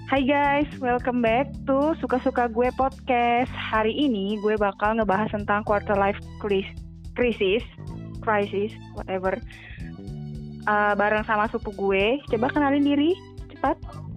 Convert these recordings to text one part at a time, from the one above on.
Hai guys, welcome back to Suka-Suka Gue Podcast. Hari ini gue bakal ngebahas tentang quarter life crisis, whatever. Bareng sama sepupu gue. Coba kenalin diri, cepat.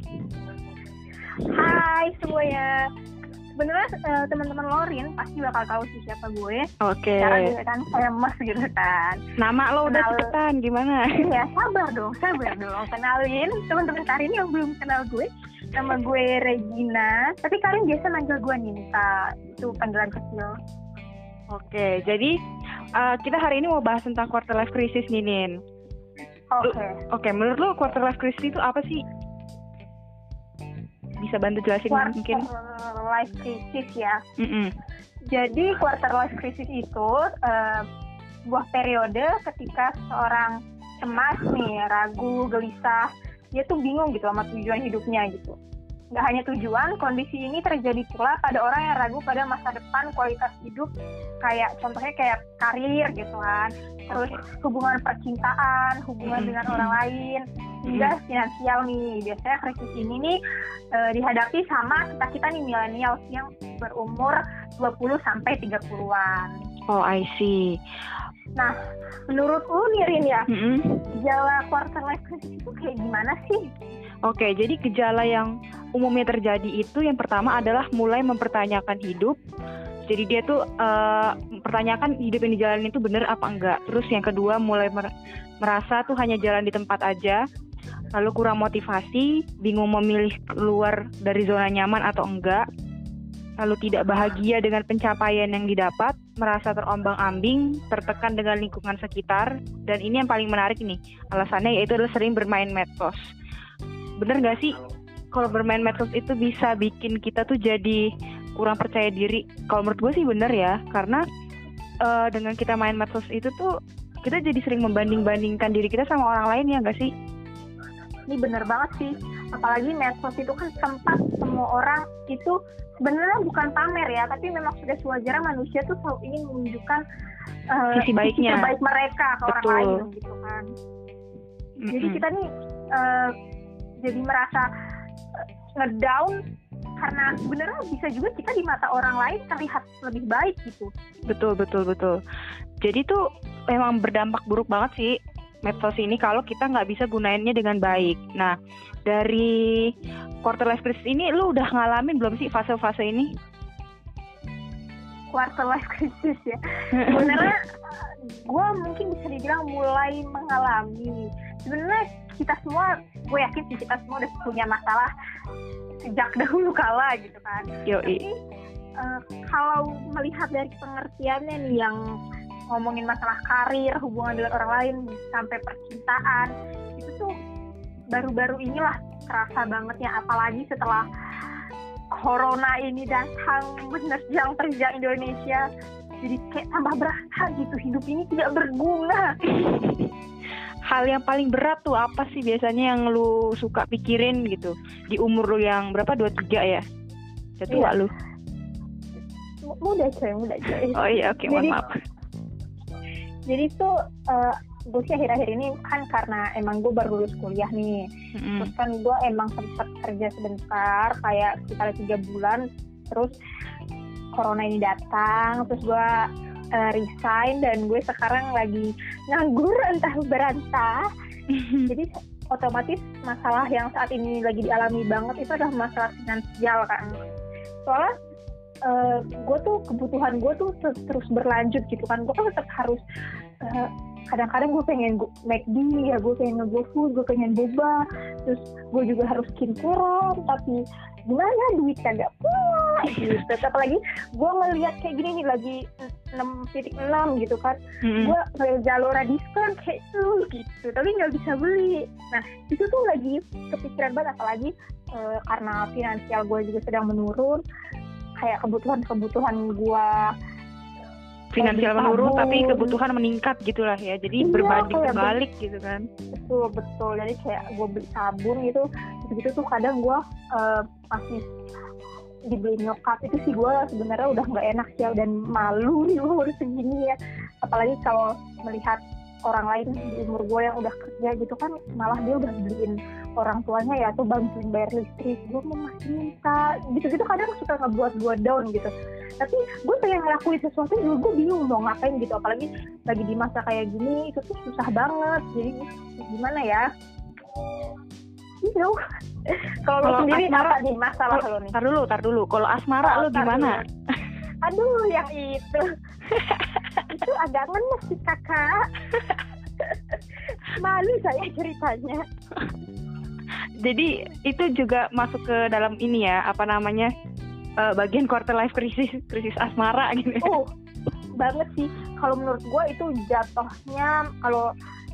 Hai semuanya. Sebenarnya teman-teman Lorin pasti bakal tahu sih siapa gue. Oke. Karena gue kan famous gitu kan. Nama lo udah cepetan, gimana? Ya sabar dong. Kenalin teman-teman Karin yang belum kenal gue. Nama gue Regina. Tapi Karin biasa manggil gue Ninta. Itu panggilan kecil. Oke, jadi kita hari ini mau bahas tentang quarter life crisis nih, Nin. Oke, menurut lo quarter life crisis itu apa sih? Bisa bantu jelasin mungkin? Quarter life crisis ya. Mm-mm. Jadi quarter life crisis itu sebuah periode ketika seorang cemas nih, ragu, gelisah, dia tuh bingung gitu sama tujuan hidupnya gitu. Nggak hanya tujuan, kondisi ini terjadi pula pada orang yang ragu pada masa depan, kualitas hidup, kayak contohnya kayak karir gitu kan, terus hubungan percintaan, hubungan dengan orang lain, hingga finansial nih. Biasanya krisis ini nih dihadapi sama kita nih milenial yang berumur 20 sampai 30-an. Oh, I see. Nah, menurut lu nih Rin ya, gejala quarter life crisis itu kayak gimana sih? Oke, jadi gejala yang umumnya terjadi itu yang pertama adalah mulai mempertanyakan hidup. Jadi dia tuh mempertanyakan hidup yang dijalani itu benar apa enggak. Terus yang kedua mulai merasa tuh hanya jalan di tempat aja. Lalu kurang motivasi, bingung memilih keluar dari zona nyaman atau enggak. Lalu tidak bahagia dengan pencapaian yang didapat, merasa terombang-ambing, tertekan dengan lingkungan sekitar. Dan ini yang paling menarik nih, alasannya yaitu adalah sering bermain medsos. Bener gak sih kalau bermain medsos itu bisa bikin kita tuh jadi kurang percaya diri? Kalau menurut gue sih bener ya, karena dengan kita main medsos itu tuh kita jadi sering membanding-bandingkan diri kita sama orang lain, ya gak sih? Ini bener banget sih, apalagi medsos itu kan tempat semua orang itu sebenarnya bukan pamer ya, tapi memang sudah sewajarnya manusia tuh selalu ingin menunjukkan sisi baiknya, sisi baik mereka ke orang lain gitu kan. Jadi kita nih jadi merasa ngedown karena sebenarnya bisa juga kita di mata orang lain terlihat lebih baik gitu. Betul. Jadi tuh memang berdampak buruk banget sih medsos ini kalau kita nggak bisa gunainnya dengan baik. Nah, dari quarter life crisis ini lu udah ngalamin belum sih fase-fase ini? Quarter life crisis ya. Sebenarnya gue mungkin bisa dibilang mulai mengalami. Sebenarnya kita semua, gue yakin sih kita semua udah punya masalah sejak dahulu kala gitu kan. Yoi. Tapi kalau melihat dari pengertiannya nih yang ngomongin masalah karir, hubungan dengan orang lain, sampai percintaan, itu tuh baru-baru inilah terasa banget ya, apalagi setelah corona ini datang menerjang Indonesia. Jadi kayak tambah berasa gitu, hidup ini tidak berguna. Hal yang paling berat tuh apa sih biasanya yang lu suka pikirin gitu di umur lu yang berapa, 23 ya? Udah tua lu? Muda coy. Oh iya, oke, mohon maaf. Jadi tuh gue sih akhir-akhir ini kan karena emang gue baru lulus kuliah nih. Terus kan gue emang sempat kerja sebentar kayak sekitar 3 bulan. Terus corona ini datang, terus gue resign dan gue sekarang lagi nganggur entah berantah. Jadi otomatis masalah yang saat ini lagi dialami banget itu adalah masalah finansial kan. Soalnya gue tuh kebutuhan gue tuh terus berlanjut gitu kan. Gue kan tetap harus kadang-kadang gue pengen McD ya, gue pengen nge-GoFood, gue pengen boba, terus gue juga harus skincare, tapi gimana duit kagak pula gitu. Apalagi gue ngeliat kayak gini nih lagi 6.6 gitu kan, gue ngeliat Zalora diskon kayak gitu, tapi nggak bisa beli. Nah itu tuh lagi kepikiran banget, apalagi karena finansial gue juga sedang menurun, kayak kebutuhan gue finansial menurun tapi kebutuhan meningkat gitulah ya, jadi berbanding terbalik gitu kan. Betul. Jadi kayak gue beli sabun gitu tuh kadang gue masih dibeli nyokap. Itu sih gue sebenarnya udah nggak enak ya, dan malu nih gue udah segini ya, apalagi kalau melihat orang lain di umur gue yang udah kerja gitu kan, malah dia udah beliin orang tuanya ya, atau bantuin bayar listrik, gue mau masih minta gitu-gitu, kadang suka ngebuat gue down gitu. Tapi gue pengen ngelakuin sesuatu juga gue bingung mau ngapain gitu, apalagi lagi di masa kayak gini itu tuh susah banget. Jadi gimana ya, gitu. Kalau lo sendiri apa nih masalah lo nih? Tar dulu. Kalau asmara lo gimana? Aduh, yang itu itu agak ngenes sih kakak. Malu saya ceritanya. Jadi itu juga masuk ke dalam ini ya, apa namanya, bagian quarter life krisis asmara gitu. Banget sih. Kalau menurut gue itu jatuhnya kalau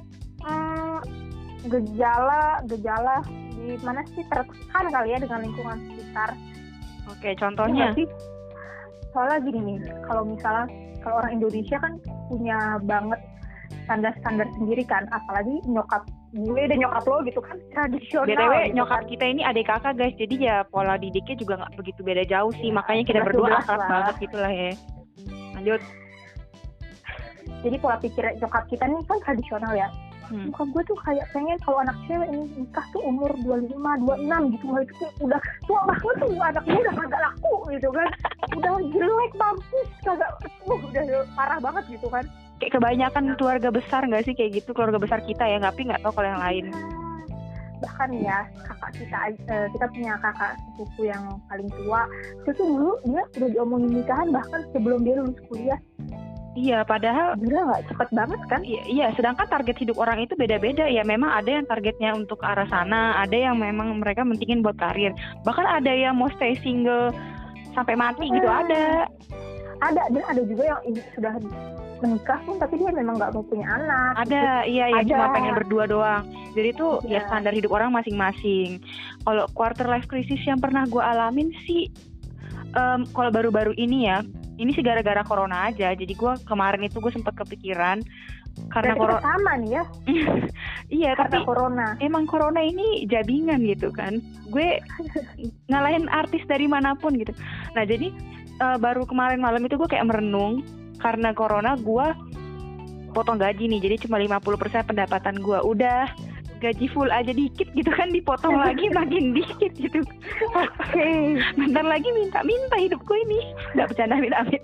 gejala di mana sih, tertekan kali ya dengan lingkungan sekitar. Oke, contohnya? Ya, soalnya gini nih, kalau orang Indonesia kan punya banget standar sendiri kan, apalagi nyokap gue dan nyokap lo gitu kan tradisional. BTW gitu nyokap kan. Kita ini adik kakak guys, jadi ya pola didiknya juga nggak begitu beda jauh sih, makanya kita berdua akrab banget gitulah ya. Lanjut. Jadi pola pikir nyokap kita nih kan tradisional ya. Nyokap gue tuh kayak pengen kalau anak cewek ini nikah tuh umur 25, 26 gitu, itu kayak udah tua banget tuh, anak gue udah kagak laku gitu kan, udah jelek mampus kagak, udah parah banget gitu kan. Kayak kebanyakan keluarga besar nggak sih kayak gitu, keluarga besar kita ya, tapi nggak tahu kalau yang lain. Bahkan ya kakak kita punya kakak sepupu yang paling tua, itu tuh dulu dia udah diomongin nikahan bahkan sebelum dia lulus kuliah. Iya, padahal gila nggak, cepet banget kan? Iya, sedangkan target hidup orang itu beda-beda ya. Memang ada yang targetnya untuk ke arah sana, ada yang memang mereka mentingin buat karir. Bahkan ada yang mau stay single sampai mati gitu, ada. Dan ada juga yang sudah menikah pun tapi dia memang nggak mau punya anak. Ada, gitu. Iya, cuma pengen berdua doang. Jadi tuh ya standar hidup orang masing-masing. Kalau quarter life crisis yang pernah gue alamin sih, kalau baru-baru ini ya, ini sih gara-gara corona aja. Jadi gue kemarin itu gue sempat kepikiran karena corona sama nih ya. Iya, karena tapi corona. Emang corona ini jabingan gitu kan. Gue ngalahin artis dari manapun gitu. Nah jadi baru kemarin malam itu gue kayak merenung, karena corona gue potong gaji nih. Jadi cuma 50% pendapatan gue. Udah gaji full aja dikit gitu kan, dipotong lagi makin dikit gitu. Oke. Bentar lagi minta hidupku ini. Nggak bercanda, amit.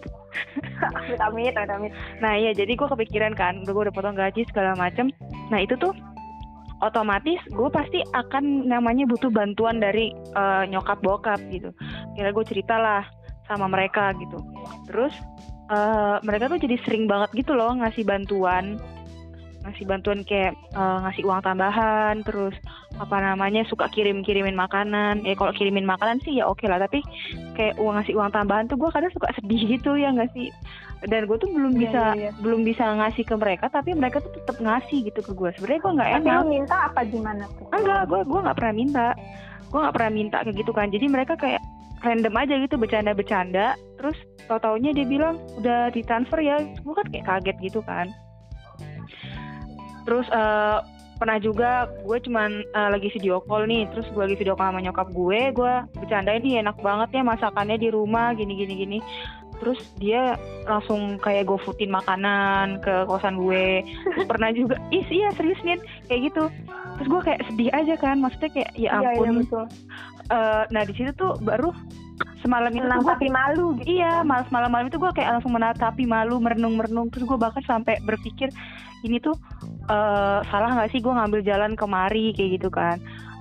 Nah iya, jadi gue kepikiran kan, gue udah potong gaji segala macem. Nah itu tuh otomatis gue pasti akan namanya butuh bantuan dari nyokap bokap gitu. Kira gue ceritalah sama mereka gitu. Terus mereka tuh jadi sering banget gitu loh ngasih bantuan kayak ngasih uang tambahan, terus apa namanya suka kirimin makanan. Kalau kirimin makanan sih ya oke lah, tapi kayak ngasih uang tambahan tuh gue kadang suka sedih gitu ya nggak sih. Dan gue tuh belum bisa ngasih ke mereka, tapi mereka tuh tetap ngasih gitu ke gue. Sebenarnya gue nggak enak. Tapi lo minta apa gimana tuh? Enggak, gue nggak pernah minta kayak gitu kan. Jadi mereka kayak random aja gitu, bercanda-bercanda. Terus tau-taunya dia bilang udah ditransfer ya. Gue kan kayak kaget gitu kan. Terus pernah juga gue cuman lagi video call nih, terus gue lagi video call sama nyokap gue bercandain nih enak banget ya masakannya di rumah gini. Terus dia langsung kayak GoFoodin makanan ke kosan gue. Terus pernah juga, iya serius nih kayak gitu. Terus gue kayak sedih aja kan, maksudnya kayak ya ampun. Iya, nah di situ tuh baru semalam itu menatapi malu gitu. Iya, malam itu gue kayak langsung menatapi malu, merenung. Terus gue bahkan sampai berpikir ini tuh salah nggak sih gue ngambil jalan kemari kayak gitu kan.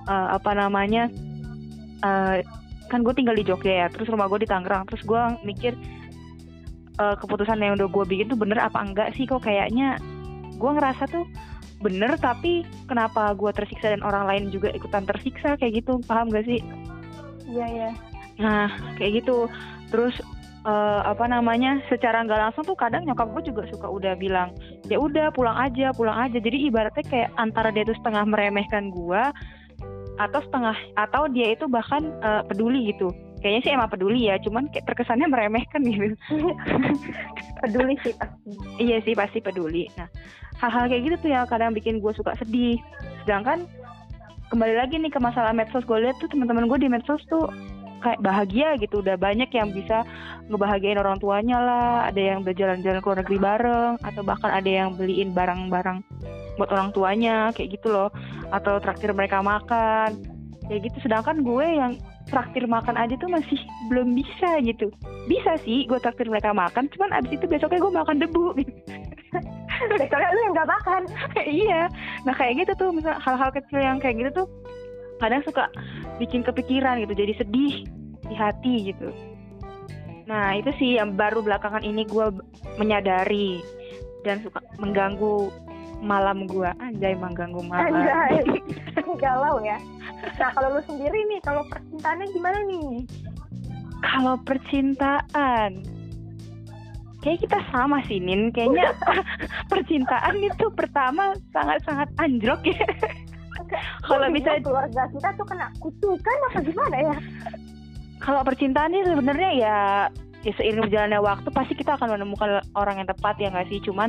Kan gue tinggal di Jogja ya, terus rumah gue di Tangerang. Terus gue mikir keputusan yang udah gue bikin tuh bener apa enggak sih. Kok kayaknya gue ngerasa tuh bener, tapi kenapa gue tersiksa dan orang lain juga ikutan tersiksa kayak gitu, paham gak sih? Iya. Nah kayak gitu. Terus secara nggak langsung tuh kadang nyokap gue juga suka udah bilang ya udah pulang aja. Jadi ibaratnya kayak antara dia tuh setengah meremehkan gue atau dia itu bahkan peduli gitu. Kayaknya sih emang peduli ya, cuman kayak terkesannya meremehkan gitu. Peduli sih pasti. Iya sih pasti peduli. Nah hal-hal kayak gitu tuh yang kadang bikin gue suka sedih. Sedangkan kembali lagi nih ke masalah medsos, gue lihat tuh teman-teman gue di medsos tuh kayak bahagia gitu, udah banyak yang bisa ngebahagiain orang tuanya lah, ada yang udah jalan-jalan ke luar negeri bareng, atau bahkan ada yang beliin barang-barang buat orang tuanya kayak gitu loh, atau traktir mereka makan kayak gitu. Sedangkan gue yang traktir makan aja tuh masih belum bisa gitu. Bisa sih gue traktir mereka makan, cuman abis itu besoknya gue makan debu gitu. Besoknya lu yang gak makan. Iya, nah kayak gitu tuh, misal hal-hal kecil yang kayak gitu tuh kadang suka bikin kepikiran gitu, jadi sedih di hati gitu. Nah itu sih yang baru belakangan ini gue menyadari dan suka mengganggu malam gue. Anjay, mengganggu malam. Anjay, galau ya. Nah kalau lu sendiri nih, kalau percintaannya gimana nih? Kalau percintaan, kayak kita sama sih Nin. Kayaknya percintaan itu pertama sangat-sangat anjlok ya. Kalau bisa keluarga kita tuh kena kutukan apa gimana ya? Kalau percintaan ini sebenarnya ya seiring berjalannya waktu pasti kita akan menemukan orang yang tepat ya nggak sih. Cuman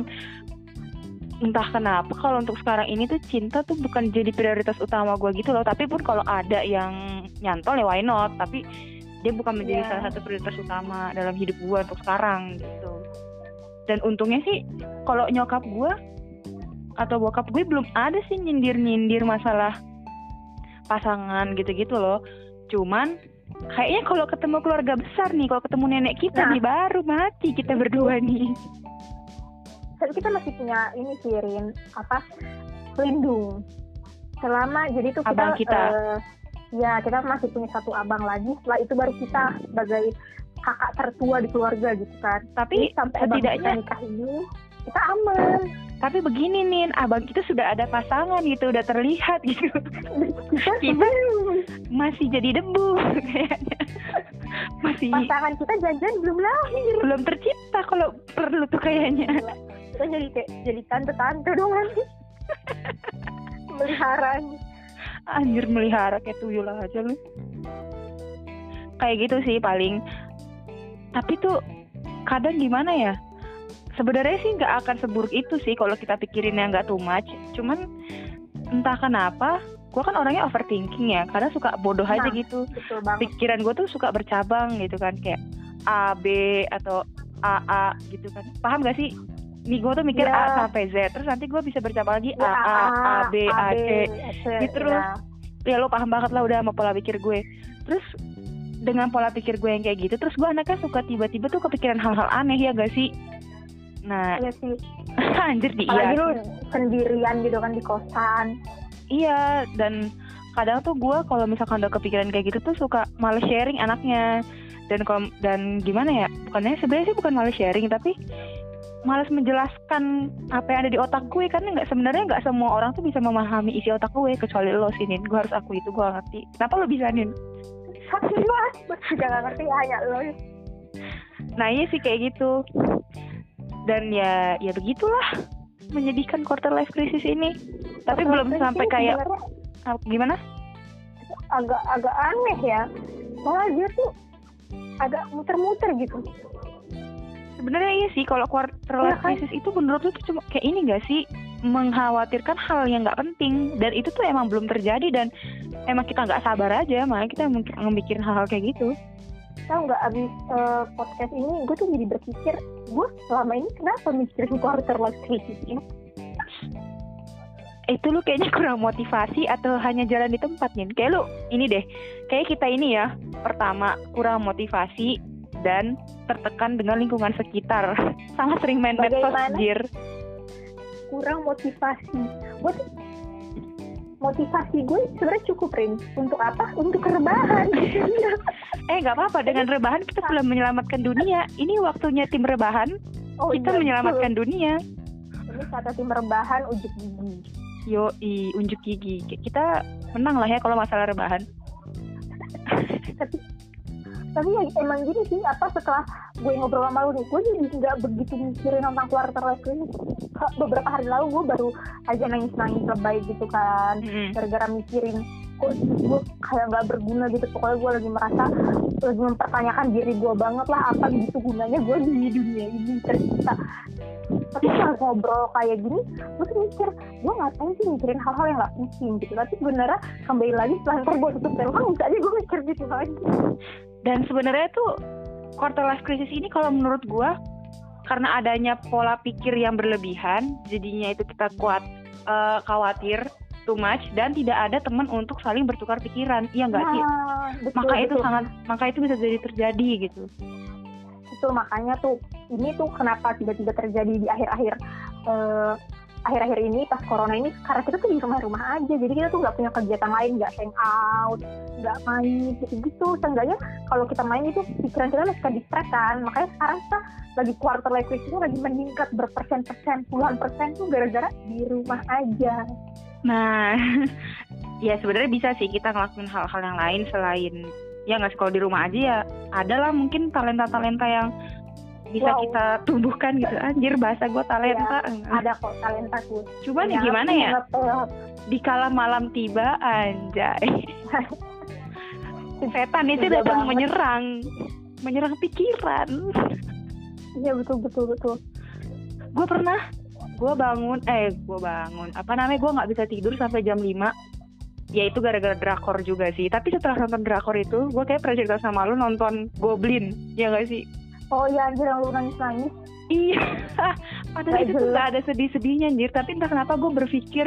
entah kenapa kalau untuk sekarang ini tuh cinta tuh bukan jadi prioritas utama gue gitu loh. Tapi pun kalau ada yang nyantol ya why not. Tapi dia bukan menjadi salah satu prioritas utama dalam hidup gue untuk sekarang gitu. Dan untungnya sih kalau nyokap gue atau bokap gue belum ada sih nyindir-nyindir masalah pasangan gitu-gitu loh. Cuman kayaknya kalau ketemu keluarga besar nih, kalau ketemu nenek kita nih baru mati kita berdua nih. Dan kita masih punya ini sih Rin, pelindung. Selama jadi tuh abang kita. Ya kita masih punya satu abang lagi. Setelah itu baru kita sebagai kakak tertua di keluarga gitu kan. Tapi jadi, sampai setidaknya nikah ini kita aman. Tapi begini nih, abang kita sudah ada pasangan gitu, udah terlihat gitu. Kita masih jadi debu kayaknya. Masih pasangan kita jangan belum lahir, belum tercipta kalau perlu tuh kayaknya. Kita jadi tante-tante dong nanti. Meliharanya. Anjir, melihara kayak tuyul aja lu. Kayak gitu sih paling. Tapi tuh kadang gimana ya? Sebenarnya sih nggak akan seburuk itu sih kalau kita pikirinnya nggak too much. Cuman entah kenapa, gue kan orangnya overthinking ya. Kadang suka bodoh aja gitu. Pikiran gue tuh suka bercabang gitu kan, kayak A, B atau AA gitu kan. Paham gak sih? Nih gue tuh mikir A sampai Z, terus nanti gue bisa bercabang lagi A, B, A, C gitu terus. Ya lo paham banget lah udah sama pola pikir gue. Terus dengan pola pikir gue yang kayak gitu, terus gue anaknya suka tiba-tiba tuh kepikiran hal-hal aneh ya gak sih? Nah, iya sih. Anjir apalagi lu sendirian gitu kan di kosan. Iya, dan kadang tuh gue kalau misalkan udah kepikiran kayak gitu tuh suka males sharing anaknya. Dan gimana ya? Bukannya sebenarnya sih bukan males sharing, tapi males menjelaskan apa yang ada di otak gue, karena sebenarnya nggak semua orang tuh bisa memahami isi otak gue kecuali lo sih Nin. Gue harus akui itu, gue ngerti. Kenapa lo bisa Nin? Gue juga nggak ngerti, hanya lo. Nah iya sih kayak gitu. Dan ya begitulah menyedihkan quarter life crisis ini. Tapi belum sampai kayak gimana? Agak aneh ya. Malah dia tuh agak muter-muter gitu. Sebenarnya iya sih, kalau quarter life crisis itu menurut lu tuh cuma kayak ini gak sih, mengkhawatirkan hal yang nggak penting, dan itu tuh emang belum terjadi dan emang kita nggak sabar aja, makanya kita ngemikirin hal-hal kayak gitu. Tahu nggak, abis podcast ini gue tuh jadi berpikir, gue selama ini kenapa mikirin quarter life crisis ini? Itu lu kayaknya kurang motivasi atau hanya jalan di tempat nih. Kayak lu ini deh, kayak kita ini ya, pertama kurang motivasi dan tertekan dengan lingkungan sekitar, sama sering main medsos anjir. Kurang motivasi. Motivasi gue sebenarnya cukup Rin. Untuk apa? Untuk rebahan. Gak apa-apa, dengan rebahan kita sudah menyelamatkan dunia. Ini waktunya tim rebahan. Kita menyelamatkan dunia. Ini kata tim rebahan unjuk gigi. Yoi, unjuk gigi. Kita menang lah ya kalau masalah rebahan. Tapi ya emang gini sih, setelah gue ngobrol sama lu nih, gue jadi nggak begitu mikirin tentang quarter life crisis. Beberapa hari lalu gue baru aja nangis lebay gitu kan, gara-gara mikirin kok gue kayak nggak berguna gitu. Pokoknya gue lagi mempertanyakan diri gue banget lah, apa gitu gunanya gue di dunia ini tercipta. Tapi setelah ngobrol kayak gini, gue tuh mikir, gue ngapain sih mikirin hal-hal yang nggak penting gitu. Tapi sebenarnya kembali lagi setelah ntar gue tutup telepon, bisa aja gue mikir gitu lagi. Dan sebenarnya tuh quarter life crisis ini kalau menurut gue karena adanya pola pikir yang berlebihan, jadinya itu kita khawatir too much dan tidak ada teman untuk saling bertukar pikiran. Iya nggak sih? Betul, maka itu bisa jadi terjadi gitu. Itu makanya tuh ini tuh kenapa tiba-tiba terjadi di akhir-akhir ini pas corona ini, karena kita tuh di rumah-rumah aja, jadi kita tuh nggak punya kegiatan lain, nggak hangout, nggak main gitu. Seenggaknya kalau kita main itu pikiran kita masih distract kan. Makanya sekarang kita lagi quarter life crisis itu lagi meningkat berpersen-persen, puluhan persen tuh gara-gara di rumah aja. Nah, ya sebenarnya bisa sih kita ngelakuin hal-hal yang lain selain ya nggak sih, kalau di rumah aja ya ada lah mungkin talenta-talenta yang bisa kita tumbuhkan gitu. Anjir, bahasa gue talenta. Ya, ada kok talenta gue. Cuman ya gimana ya? Di kala malam tiba, anjay. Setan itu datang menyerang pikiran. Iya betul. Gue bangun. Gue nggak bisa tidur sampai jam 5. Ya itu gara-gara drakor juga sih. Tapi setelah nonton drakor itu, gue kayak pernah cerita sama lu nonton Goblin, ya nggak sih? Oh iya anjir, yang lu nangis. Iya. Padahal itu tuh gak ada sedih-sedihnya anjir. Tapi entah kenapa gue berpikir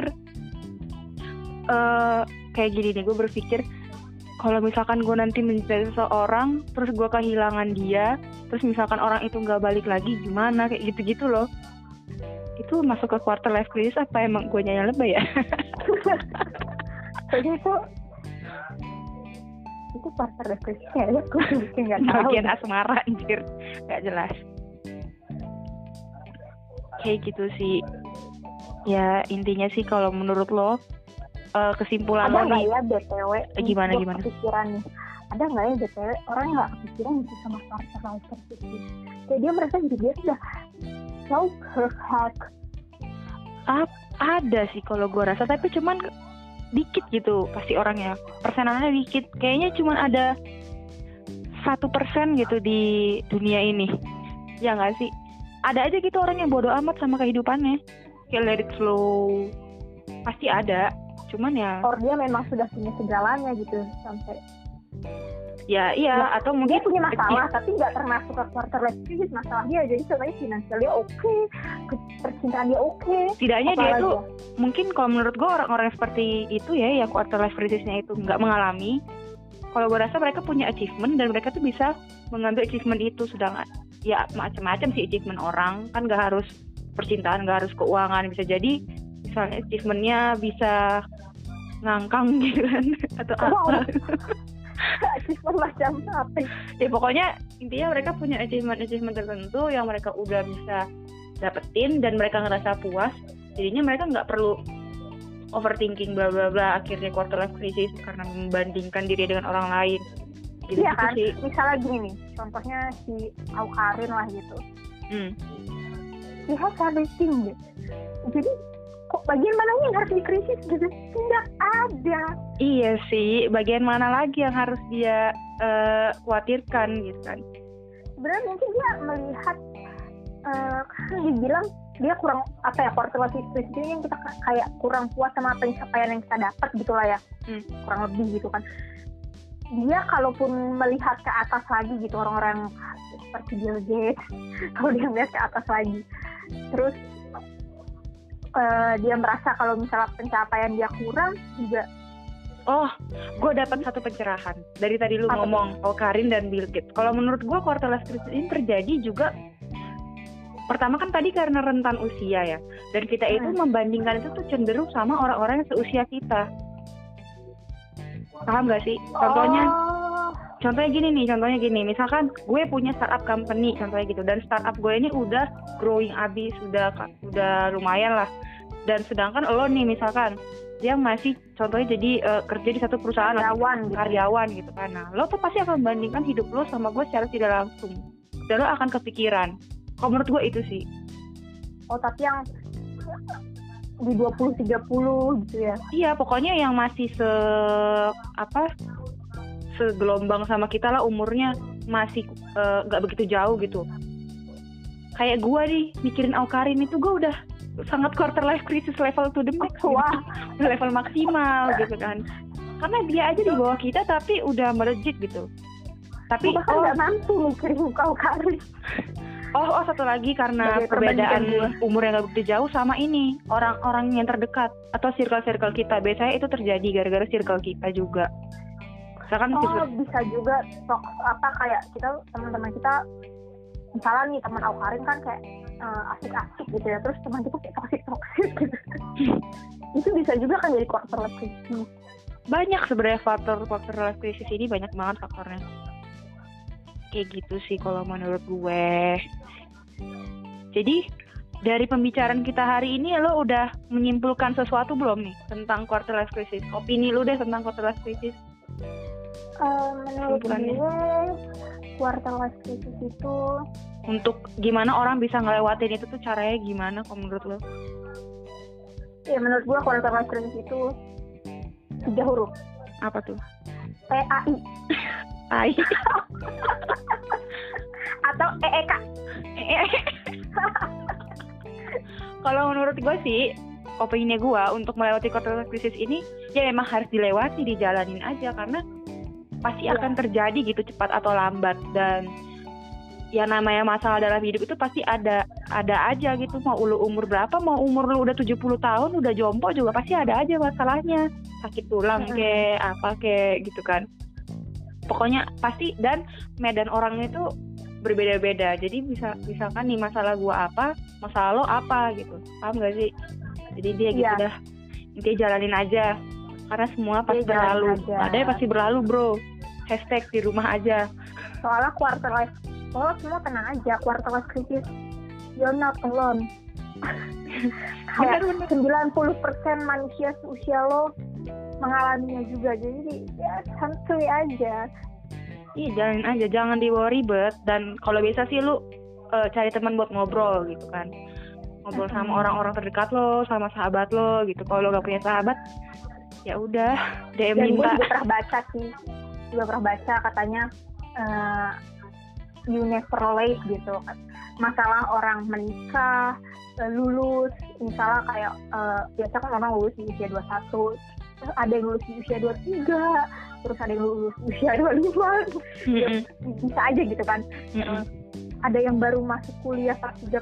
kayak gini nih. Gue berpikir kalau misalkan gue nanti mencintai seseorang, terus gue kehilangan dia, terus misalkan orang itu gak balik lagi, gimana? Kayak gitu-gitu loh. Itu masuk ke quarter life crisis apa emang gue nyanyi lebay ya? Jadi itu quarter life crisis ya, gue nggak tahu. Bagian asmara anjir, nggak jelas. Kayak gitu sih. Ya intinya sih kalau menurut lo kesimpulan lo nih. Ada nggak ya BTW? Gimana? Kepikiran nih. Ada nggak ya BTW orang nggak kepikiran gitu sama quarter life crisis? Kayak dia merasa diri dia sudah so perfect. Ada sih kalau gue rasa, tapi cuman dikit gitu pasti orangnya, persenannya dikit, kayaknya cuma ada 1% gitu di dunia ini, ya nggak sih? Ada aja gitu orang yang bodoh amat sama kehidupannya, kayak let it flow, pasti ada, cuman ya or dia memang sudah punya segalanya gitu sampai ya iya, atau mungkin dia punya masalah tapi nggak termasuk ke quarter life crisis masalah dia, jadi sebenarnya finansial dia oke, percintaan dia oke, setidaknya dia tuh mungkin kalau menurut gue orang-orang seperti itu ya yang quarter life crisisnya itu nggak mengalami, kalau gue rasa mereka punya achievement dan mereka tuh bisa mengambil achievement itu. Sedangkan ya macam-macam sih achievement orang, kan nggak harus percintaan, nggak harus keuangan, bisa jadi misalnya achievementnya bisa ngangkang gitu kan atau apa. Achievement macam apa ya, pokoknya intinya mereka punya achievement tertentu yang mereka udah bisa dapetin dan mereka ngerasa puas, jadinya mereka nggak perlu overthinking bla bla bla akhirnya quarter life crisis karena membandingkan diri dengan orang lain gitu. Iya kan sih. Misalnya gini nih, contohnya si Awkarin lah gitu, dia harus everything gitu, jadi kok bagian mananya yang harus dikrisis gitu? Tidak ada. Iya sih, bagian mana lagi yang harus dia khawatirkan gitu kan? Sebenarnya mungkin dia melihat kan dibilang dia kurang apa ya, quarter life crisis ini yang kita kayak kurang puas sama pencapaian yang kita dapat gitulah ya, kurang lebih gitu kan. Dia kalaupun melihat ke atas lagi gitu, orang-orang seperti Bill Gates, kalau dia melihat ke atas lagi, terus dia merasa kalau misalnya pencapaian dia kurang juga. Oh, gue dapat satu pencerahan dari tadi lu ngomong Awkarin dan Bill Gates. Kalau menurut gue quarter life crisis ini terjadi juga pertama kan tadi karena rentan usia ya, dan kita itu membandingkan itu tuh cenderung sama orang-orang yang seusia kita. Paham gak sih? Contohnya gini, misalkan gue punya startup company contohnya gitu, dan startup gue ini udah growing abis, udah lumayan lah, dan sedangkan lo nih misalkan dia masih contohnya jadi kerja di satu perusahaan karyawan gitu kan. Nah, lo tuh pasti akan membandingkan hidup lo sama gue secara tidak langsung, dan lo akan kepikiran. Kalau menurut gue itu sih. Oh, tapi yang di 20-30 gitu ya? Iya, pokoknya yang masih segelombang sama kita lah, umurnya masih nggak begitu jauh gitu. Kayak gue nih mikirin Awkarin itu, gue udah sangat quarter life crisis level to the max gitu. Level maksimal gitu kan, karena dia aja di bawah kita tapi udah melejit gitu. Tapi bahkan nggak mampu mikirin Awkarin. Oh, satu lagi karena Sebagai perbedaan perbandingan umur yang gak begitu jauh sama ini orang-orang yang terdekat atau circle-circle kita. Biasanya itu terjadi gara-gara circle kita juga. Misalkan bisa juga kayak kita teman-teman kita misalnya nih teman Aukarin kan kayak asik-asik gitu ya, terus teman kita kayak toksik gitu. Itu bisa juga kan jadi quarter life crisis. Banyak sebenarnya faktor life crisis ini, banyak banget faktornya. Kayak gitu sih kalau menurut gue. Jadi dari pembicaraan kita hari ini lo udah menyimpulkan sesuatu belum nih tentang quarter life crisis? Opini lo deh tentang quarter life crisis. Menurut gue quarter life crisis itu untuk gimana orang bisa ngelewatin itu tuh caranya gimana kalau menurut lo? Ya menurut gue quarter life crisis itu 3 huruf. Apa tuh? PAI. AI. Atau EEK. Kalau menurut gue sih, opini gue untuk melewati quarter life crisis ini ya memang harus dilewati, dijalanin aja karena pasti akan terjadi gitu cepat atau lambat. Dan ya namanya masalah dalam hidup itu pasti ada aja gitu. Mau lu umur berapa, mau umur lu udah 70 tahun, udah jompo juga pasti ada aja masalahnya. Sakit tulang kek, apa kek gitu kan. Pokoknya pasti, dan medan orangnya itu berbeda-beda. Jadi misalkan nih masalah gua apa, masalah lo apa gitu. Paham gak sih? Jadi dia gitu dah. Intinya jalanin aja. Karena semua pasti berlalu. Ada yang pasti berlalu, bro. Hashtag di rumah aja. Soalnya quarter life, semua tenang aja. Quarter life crisis, you're not alone. Kayak 90% manusia seusia lo mengalaminya juga. Jadi ya santuy aja. Iya, jalanin aja, jangan dibawa ribet. Dan kalau bisa sih lu cari teman buat ngobrol gitu kan. Ngobrol sama orang-orang terdekat lo, sama sahabat lo gitu. Kalau lo gak punya sahabat, ya udah DM minta. Dan gue juga pernah baca katanya you never late gitu. Masalah orang menikah, lulus, misalnya kayak biasa kan orang lulus di usia 21, ada yang lulus di usia 23, terus ada yang lulus di usia 25, ya, bisa aja gitu kan. Ada yang baru masuk kuliah pas 30,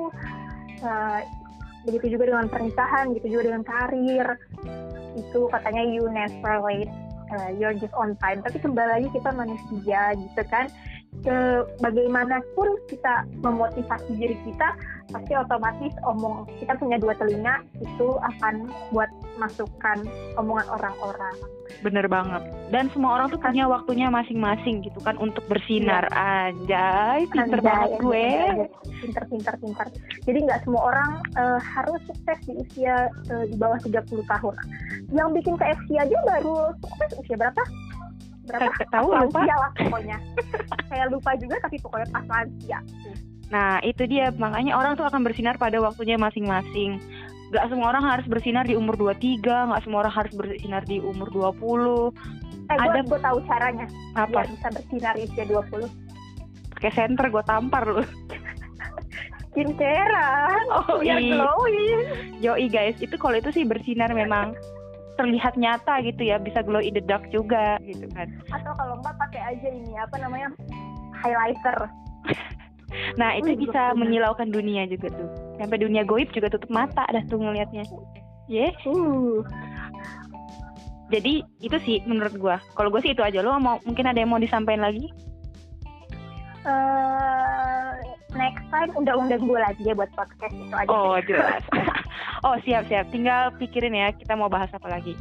begitu juga dengan pernikahan, gitu juga dengan karir. Itu katanya you never late, you're just on time. Tapi kembali lagi kita manusia gitu kan. Bagaimanapun kita memotivasi diri kita, pasti otomatis kita punya 2 telinga, itu akan buat masukkan omongan orang-orang. Bener banget. Dan semua orang tuh punya waktunya masing-masing gitu kan untuk bersinar. Anjay, pinter banget gue. Pinter. Jadi nggak semua orang harus sukses di usia di bawah 30 tahun. Yang bikin KFC aja baru sukses usia berapa? Tahu lupa lah pokoknya. Saya lupa juga, tapi pokoknya pas lansia. Nah itu dia, makanya orang tuh akan bersinar pada waktunya masing-masing. Gak semua orang harus bersinar di umur 23, gak semua orang harus bersinar di umur 20. Gue tahu caranya. Apa? Biar bisa bersinar di usia 20. Pakai senter, gue tampar lu. Skincarean, biar glowing. Yoi guys, itu kalau itu sih bersinar memang terlihat nyata gitu ya, bisa glow in the dark juga gitu kan. Atau kalau enggak pakai aja ini apa namanya, highlighter. Nah itu bisa menyilaukan dunia juga tuh. Sampai dunia goib juga tutup mata dah tuh ngelihatnya. Jadi itu sih menurut gue. Kalau gue sih itu aja. Lo mungkin ada yang mau disampaikan lagi? Next time undang-undang gue lagi ya buat podcast itu aja. Oh jelas. Oh siap. Tinggal pikirin ya kita mau bahas apa lagi.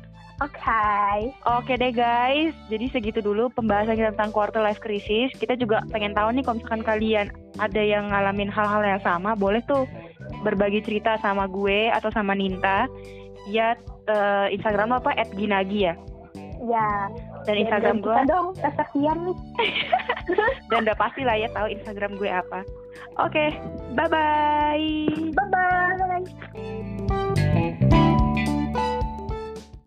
Oke deh guys. Jadi segitu dulu pembahasan kita tentang quarter life crisis. Kita juga pengen tahu nih kalau misalkan kalian ada yang ngalamin hal-hal yang sama, boleh tuh berbagi cerita sama gue atau sama Ninta. Ya Instagram apa @ginagi ya. Ya. Dan Instagram gue. Dong, kesekian nih. Dan udah pasti lah ya tahu Instagram gue apa. Oke, bye bye. Bye bye.